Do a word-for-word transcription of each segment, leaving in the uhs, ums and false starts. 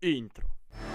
Intro.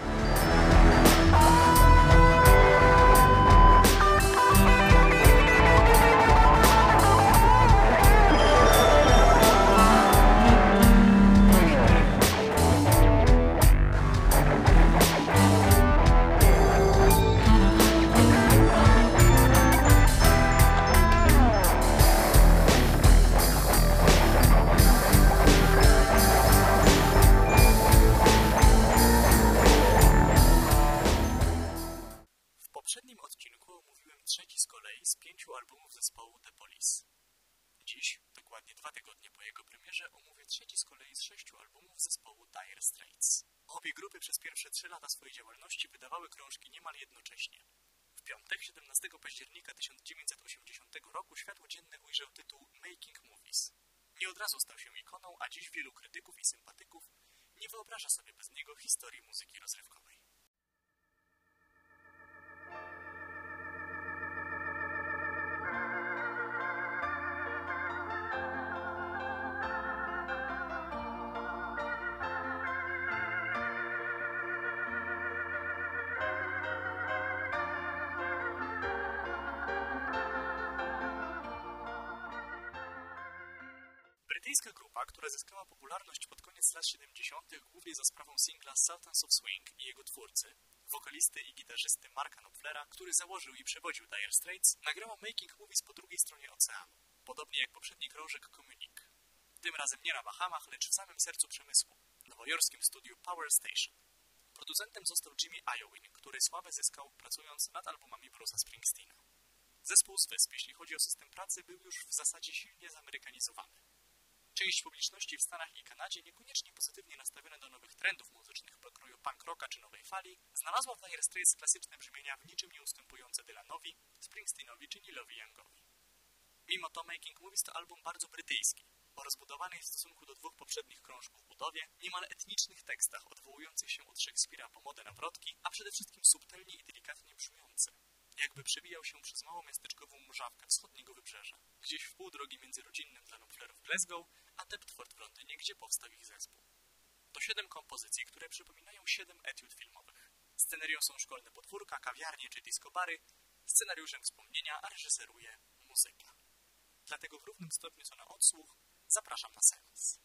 W poprzednim odcinku omówiłem trzeci z kolei z pięciu albumów zespołu The Police. Dziś, dokładnie dwa tygodnie po jego premierze, omówię trzeci z kolei z sześciu albumów zespołu Dire Straits. Obie grupy przez pierwsze trzy lata swojej działalności wydawały krążki niemal jednocześnie. W piątek, siedemnastego października tysiąc dziewięćset osiemdziesiątego roku, światło dzienne ujrzał tytuł Making Movies. Nie od razu stał się ikoną, a dziś wielu krytyków i sympatyków nie wyobraża sobie bez niego historii muzyki rozrywkowej. Brytyjska grupa, która zyskała popularność pod koniec lat siedemdziesiątych głównie za sprawą singla Sultans of Swing i jego twórcy, wokalisty i gitarzysty Marka Knopflera, który założył i przewodził Dire Straits, nagrała Making Movies po drugiej stronie oceanu, podobnie jak poprzedni krążek Communique. Tym razem nie na Bahamach, lecz w samym sercu przemysłu, nowojorskim studiu Power Station. Producentem został Jimmy Iovine, który sławę zyskał pracując nad albumami Bruce'a Springsteena. Zespół z wysp, jeśli chodzi o system pracy, był już w zasadzie silnie zamerykanizowany. Część publiczności w Stanach i Kanadzie, niekoniecznie pozytywnie nastawiona do nowych trendów muzycznych pokroju punk rocka czy nowej fali, znalazła w Dire Straits klasyczne brzmienia w niczym nie ustępujące Dylanowi, Springsteenowi czy Neilowi Youngowi. Mimo to Making Movies to album bardzo brytyjski, o rozbudowanej w stosunku do dwóch poprzednich krążków budowie, niemal etnicznych tekstach odwołujących się od Szekspira po modę na wrotki, a przede wszystkim subtelnie i delikatnie brzmiące. Jakby przebijał się przez małomiasteczkową mrzawkę wschodniego wybrzeża, gdzieś w pół drogi między rodzinnym dla Knopflerów Glasgow, a Deptford w Londynie, gdzie powstał ich zespół. To siedem kompozycji, które przypominają siedem etiud filmowych. Scenerią są szkolne podwórka, kawiarnie czy disco-bary, scenariuszem wspomnienia, a reżyseruje muzyka. Dlatego w równym stopniu co na odsłuch zapraszam na seans.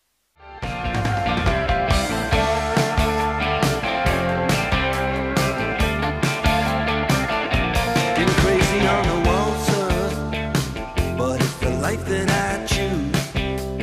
Life that I choose,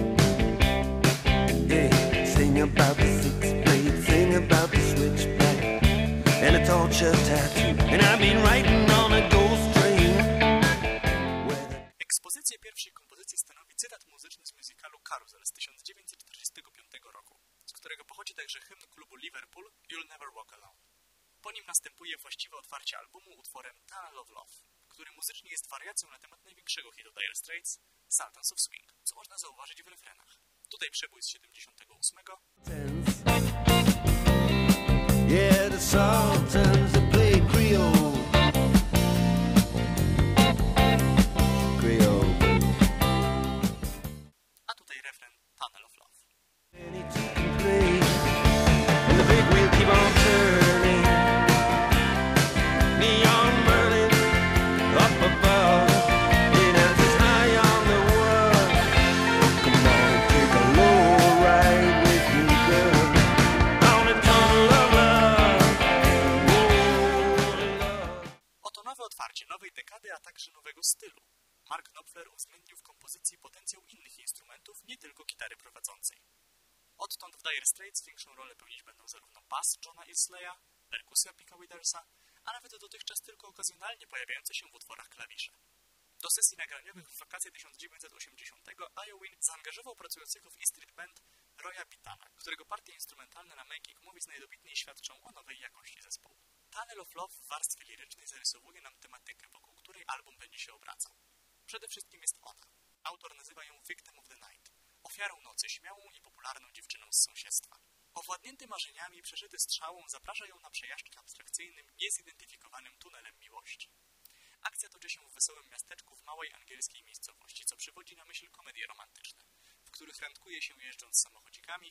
yeah. Sing about the six-blade, sing about the switchblade, and a torture tattoo, and I've been writing on a ghost train. Ekspozycję pierwszej kompozycji stanowi cytat muzyczny z musicalu Carousel z tysiąc dziewięćset czterdziestego piątego roku, z którego pochodzi także hymn klubu Liverpool You'll Never Walk Alone. Po nim następuje właściwe otwarcie albumu utworem Tunnel of Love, który muzycznie jest wariacją na temat największego hitu Dire Straits, Sultans of Swing, co można zauważyć w refrenach. Tutaj przebój z siedemdziesiątego ósmego. Yeah, the Sultans that play Creole. Creole. A tutaj refren Tunnel of Love. And the big wheel keep on turning. Neon burning up above. Otwarcie nowej dekady, a także nowego stylu. Mark Knopfler uwzględnił w kompozycji potencjał innych instrumentów, nie tylko gitary prowadzącej. Odtąd w Dire Straits większą rolę pełnić będą zarówno bas Johna Illsleya, perkusja Picka Widersa, a nawet dotychczas tylko okazjonalnie pojawiające się w utworach klawisze. Do sesji nagraniowych w wakacje tysiąc dziewięćset osiemdziesiątego Iovine zaangażował pracującego w E Street Band Roya Bitana, którego partie instrumentalne na Making Movies najdobitniej świadczą o nowej jakości zespołu. Tunnel of Love w warstwie lirycznej zarysowuje nam tematykę, wokół której album będzie się obracał. Przede wszystkim jest ona. Autor nazywa ją Victim of the Night, ofiarą nocy, śmiałą i popularną dziewczyną z sąsiedztwa. Owładnięty marzeniami, przeszyty strzałą, zaprasza ją na przejażdżkę abstrakcyjnym, niezidentyfikowanym tunelem miłości. Akcja toczy się w wesołym miasteczku w małej angielskiej miejscowości, co przywodzi na myśl komedie romantyczne, w których randkuje się jeżdżąc samochodzikami,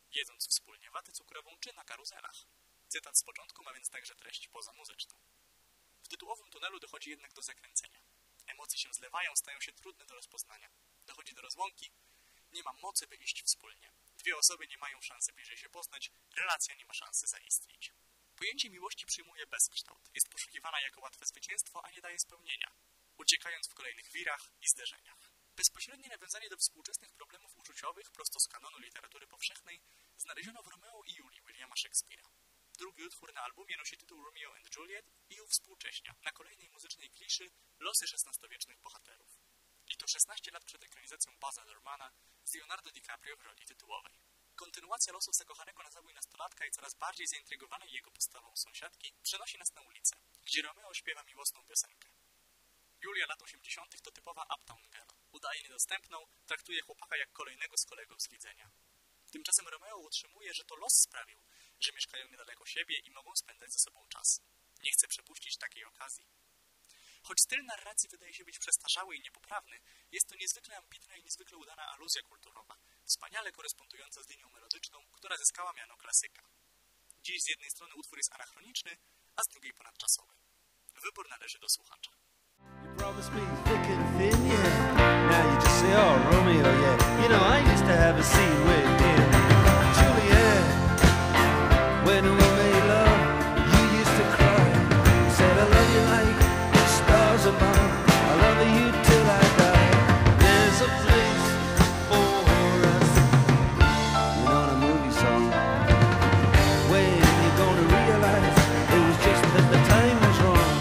jedząc wspólnie watę cukrową czy na karuzelach. Cytat z początku ma więc także treść pozamuzyczną. W tytułowym tunelu dochodzi jednak do zakręcenia. Emocje się zlewają, stają się trudne do rozpoznania. Dochodzi do rozłąki, nie ma mocy, by iść wspólnie. Dwie osoby nie mają szansy bliżej się poznać, relacja nie ma szansy zaistnieć. Pojęcie miłości przyjmuje bezkształt, jest poszukiwana jako łatwe zwycięstwo, a nie daje spełnienia, uciekając w kolejnych wirach i zderzeniach. Bezpośrednie nawiązanie do współczesnych problemów uczuciowych prosto z kanonu literatury powszechnej znaleziono w Romeo i Julii Williama Shakespeare'a. Drugi utwór na albumie nosi tytuł Romeo and Juliet i uwspółcześnia na kolejnej muzycznej kliszy losy szesnastowiecznych bohaterów. I to szesnaście lat przed ekranizacją Buzza Lermana z Leonardo DiCaprio w roli tytułowej. Kontynuacja losów zakochanego na zabój nastolatka i coraz bardziej zaintrygowanej jego postawą sąsiadki przenosi nas na ulicę, gdzie Romeo śpiewa miłosną piosenkę. Julia lat osiemdziesiątych to typowa uptown girl. Udaje niedostępną, traktuje chłopaka jak kolejnego z kolegów z widzenia. Tymczasem Romeo utrzymuje, że to los sprawił, że mieszkają niedaleko siebie i mogą spędzać ze sobą czas. Nie chce przepuścić takiej okazji. Choć styl narracji wydaje się być przestarzały i niepoprawny, jest to niezwykle ambitna i niezwykle udana aluzja kulturowa, wspaniale korespondująca z linią melodyczną, która zyskała miano klasyka. Dziś z jednej strony utwór jest anachroniczny, a z drugiej ponadczasowy. Wybór należy do słuchacza. You promised me thick and thin, yeah. Now you just say, oh, Romeo, yeah. You know, I used to have a scene with him. Juliet, when we made love, you used to cry. You said, I love you like the stars above. I love you till I die. There's a place for us. You're not a movie song. When you're gonna realize it was just that the time was wrong.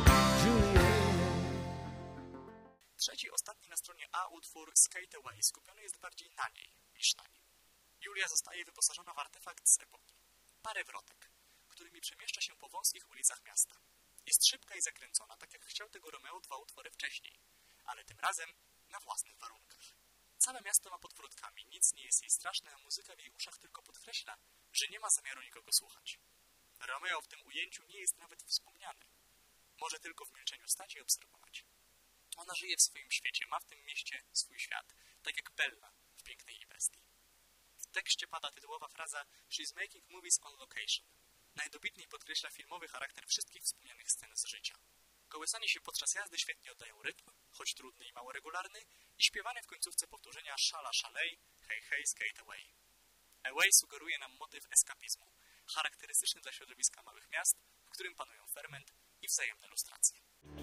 Trzeci, ostatni na stronie A utwór Skate Away skupiony jest bardziej na niej niż na nim. Julia zostaje wyposażona w artefakt z epoki. Parę wrotek, którymi przemieszcza się po wąskich ulicach miasta. Jest szybka i zakręcona, tak jak chciał tego Romeo dwa utwory wcześniej, ale tym razem na własnych warunkach. Całe miasto ma pod wrotkami, nic nie jest jej straszne, a muzyka w jej uszach tylko podkreśla, że nie ma zamiaru nikogo słuchać. Romeo w tym ujęciu nie jest nawet wspomniany. Może tylko w milczeniu stać i obserwować. Ona żyje w swoim świecie, ma w tym mieście swój świat, tak jak Bella w Pięknej i Bestii. W tekście pada tytułowa fraza She's making movies on location. Najdobitniej podkreśla filmowy charakter wszystkich wspomnianych scen z życia. Kołysanie się podczas jazdy świetnie oddają rytm, choć trudny i mało regularny, i śpiewane w końcówce powtórzenia Shala Shalej, Hey Hey Skate Away. Away sugeruje nam motyw eskapizmu, charakterystyczny dla środowiska małych miast, w którym panują ferment i wzajemne lustracje.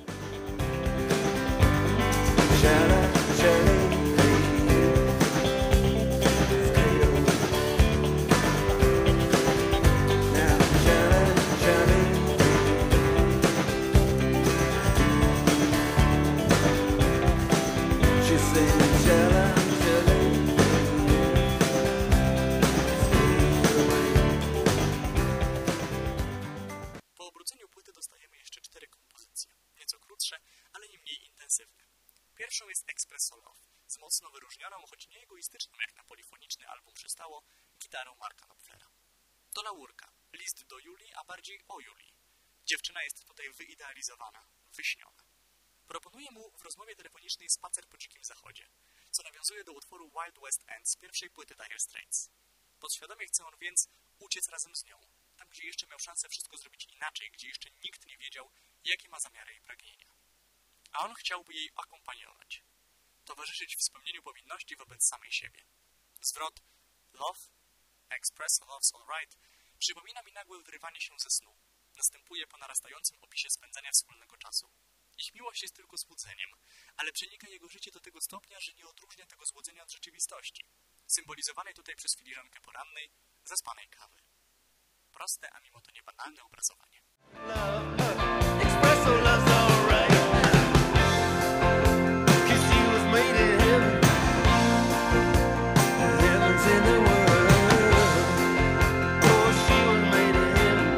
Po obróceniu płyty dostajemy jeszcze cztery kompozycje, nieco krótsze, ale nie mniej intensywne. Pierwszą jest Espresso Love, z mocno wyróżnioną, choć nie egoistyczną jak na polifoniczny album przystało, gitarą Marka Knopflera. To laurka, list do Julii, a bardziej o Julii. Dziewczyna jest tutaj wyidealizowana, wyśniona. Proponuje mu w rozmowie telefonicznej spacer po dzikim zachodzie, co nawiązuje do utworu Wild West End z pierwszej płyty Dire Straits. Podświadomie chce on więc uciec razem z nią, tam gdzie jeszcze miał szansę wszystko zrobić inaczej, gdzie jeszcze nikt nie wiedział, jakie ma zamiary i pragnienia. A on chciałby jej akompaniować, towarzyszyć w spełnieniu powinności wobec samej siebie. Zwrot love, express love's alright przypomina mi nagłe wyrywanie się ze snu. Następuje po narastającym opisie spędzania wspólnego czasu. Ich miłość jest tylko złudzeniem, ale przenika jego życie do tego stopnia, że nie odróżnia tego złudzenia od rzeczywistości, symbolizowanej tutaj przez filiżankę porannej, zaspanej kawy. Proste, a mimo to niebanalne obrazowanie. Espresso love's alright. Cause she was made in heaven. Heaven's in the world. Oh, she was made in heaven.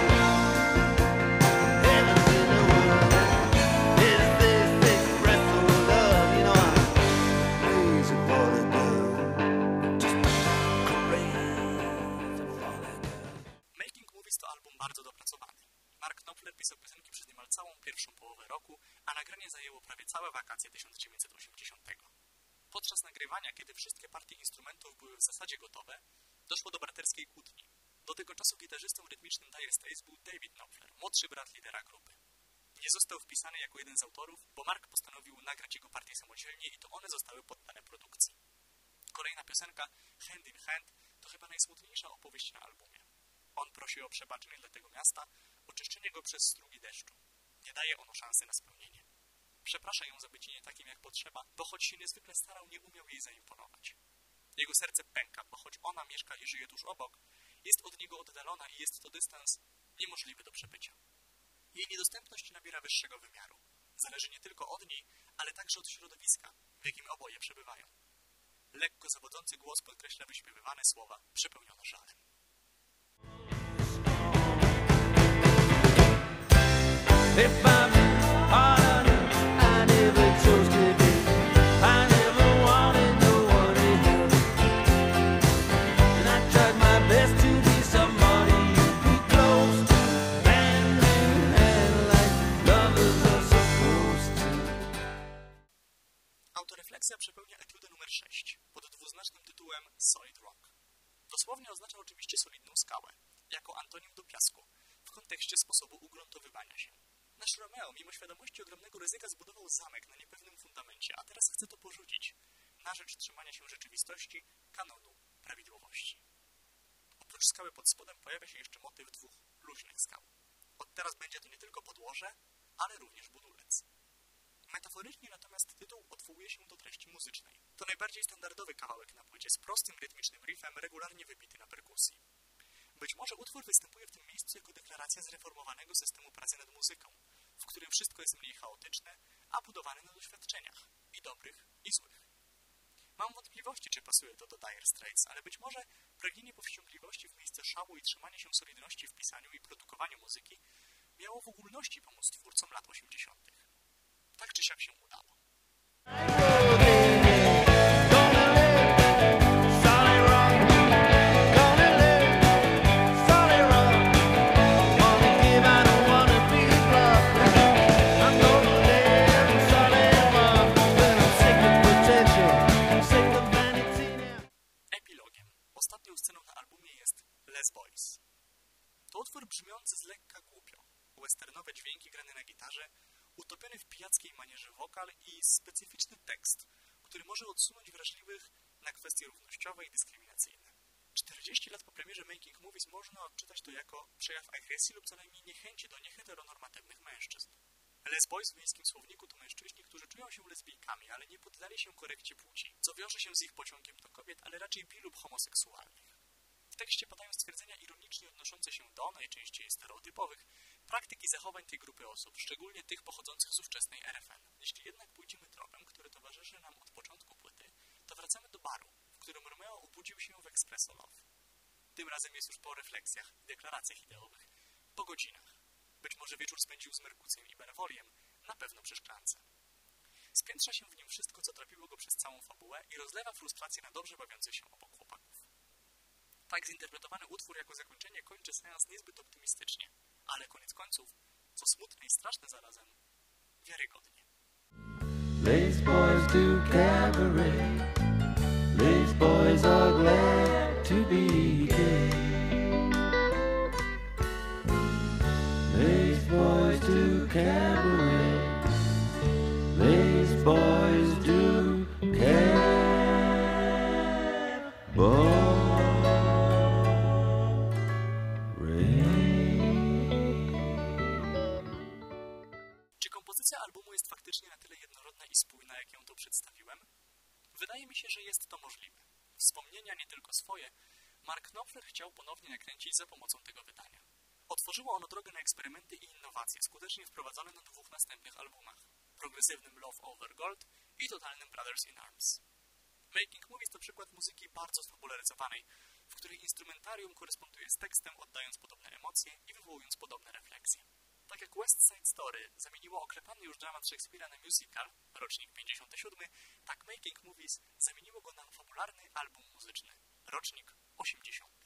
Heaven's in the world. Is this espresso love? You know I'm crazy for the girl. Just crazy for the girl. Making Movies to album bardzo dopracowany. Mark Knopfler pisał piosenki przez niemal całą pierwszą połowę roku, a nagranie zajęło prawie całe wakacje tysiąc dziewięćset osiemdziesiątego. Podczas nagrywania, kiedy wszystkie partie instrumentów były w zasadzie gotowe, Doszło do braterskiej kłótni. Do tego czasu gitarzystą rytmicznym Dire Straits był David Knopfler, młodszy brat lidera grupy. Nie został wpisany jako jeden z autorów, bo Mark postanowił nagrać jego partię samodzielnie i to one zostały poddane produkcji. Kolejna piosenka, Hand in Hand, to chyba najsmutniejsza opowieść na albumie. On prosi o przebaczenie dla tego miasta, oczyszczenie go przez strugi deszczu. Nie daje ono szansy na spełnienie. Przeprasza ją za bycie nie takim jak potrzeba, bo choć się niezwykle starał, nie umiał jej zaimponować. Jego serce pęka, bo choć ona mieszka i żyje tuż obok, jest od niego oddalona i jest to dystans niemożliwy do przebycia. Jej niedostępność nabiera wyższego wymiaru. Zależy nie tylko od niej, ale także od środowiska, w jakim oboje przebywają. Lekko zawodzący głos podkreśla wyśpiewywane słowa, przepełnione żalem. If I'm hard, I never chose to be. I never wanted no one to help. And I tried my best to be somebody you'd be close to. Hand in hand like lovers are supposed to. Autorefleksja przepełnia etiudę numer sześć pod dwuznacznym tytułem Solid Rock. Dosłownie oznacza oczywiście solidną skałę, jako antonim do piasku, w kontekście sposobu ugruntowywania się. Nasz Romeo, mimo świadomości ogromnego ryzyka, zbudował zamek na niepewnym fundamencie, a teraz chce to porzucić, na rzecz trzymania się rzeczywistości, kanonu, prawidłowości. Oprócz skały pod spodem pojawia się jeszcze motyw dwóch luźnych skał. Od teraz będzie to nie tylko podłoże, ale również budulec. Metaforycznie natomiast tytuł odwołuje się do treści muzycznej. To najbardziej standardowy kawałek na płycie z prostym, rytmicznym riffem, regularnie wybity na perkusji. Być może utwór występuje w tym miejscu jako deklaracja zreformowanego systemu pracy nad muzyką, w którym wszystko jest mniej chaotyczne, a budowane na doświadczeniach, i dobrych, i złych. Mam wątpliwości, czy pasuje to do Dire Straits, ale być może pragnienie powściągliwości w miejsce szału i trzymanie się solidności w pisaniu i produkowaniu muzyki miało w ogólności pomóc twórcom lat osiemdziesiątych. Tak czy siak się udało. Epilogiem. Ostatnią sceną na albumie jest Les Boys. To utwór brzmiący z lekka głupio. Westernowe dźwięki grane na gitarze, utopiony w pijackiej manierze wokal i specyficzny tekst, który może odsunąć wrażliwych na kwestie równościowe i dyskryminacyjne. czterdzieści lat po premierze Making Movies można odczytać to jako przejaw agresji lub co najmniej niechęci do nieheteronormatywnych mężczyzn. Les Boys w miejskim słowniku to mężczyźni, którzy czują się lesbijkami, ale nie poddali się korekcie płci, co wiąże się z ich pociągiem do kobiet, ale raczej bi lub homoseksualnych. W tekście padają stwierdzenia ironicznie odnoszące się do, najczęściej stereotypowych, praktyki zachowań tej grupy osób, szczególnie tych pochodzących z ówczesnej R F N. Jeśli jednak pójdziemy tropem, który towarzyszy nam od początku płyty, to wracamy do baru, w którym Romeo obudził się w Espresso Love. Tym razem jest już po refleksjach i deklaracjach ideowych, po godzinach. Być może wieczór spędził z Merkucjem i Benvoliem, na pewno przy szklance. Spiętrza się w nim wszystko, co trapiło go przez całą fabułę i rozlewa frustrację na dobrze bawiących się obok chłopaków. Tak zinterpretowany utwór jako zakończenie kończy seans niezbyt optymistycznie, ale koniec końców, co smutne i straszne zarazem, wiarygodnie. Lace boys do cabaret. Lace boys are glad to be gay. Lace boys do cabaret. Lace boys do cabaret. Czy kompozycja albumu jest faktycznie na tyle jednorodna i spójna, jak ją tu przedstawiłem? Wydaje mi się, że jest to możliwe. Wspomnienia nie tylko swoje, Mark Knopfler chciał ponownie nakręcić za pomocą tego wydania. Otworzyło ono drogę na eksperymenty i innowacje, skutecznie wprowadzone na dwóch następnych albumach, progresywnym Love Over Gold i totalnym Brothers in Arms. Making Movies to przykład muzyki bardzo spopularyzowanej, w której instrumentarium koresponduje z tekstem, oddając podobne emocje i wywołując podobne refleksje. Tak jak West Side Story zamieniło oklepany już dramat Shakespeare'a na musical, rocznik pięćdziesiąty siódmy, tak Making Movies zamieniło go na fabularny album muzyczny, rocznik osiemdziesiąty.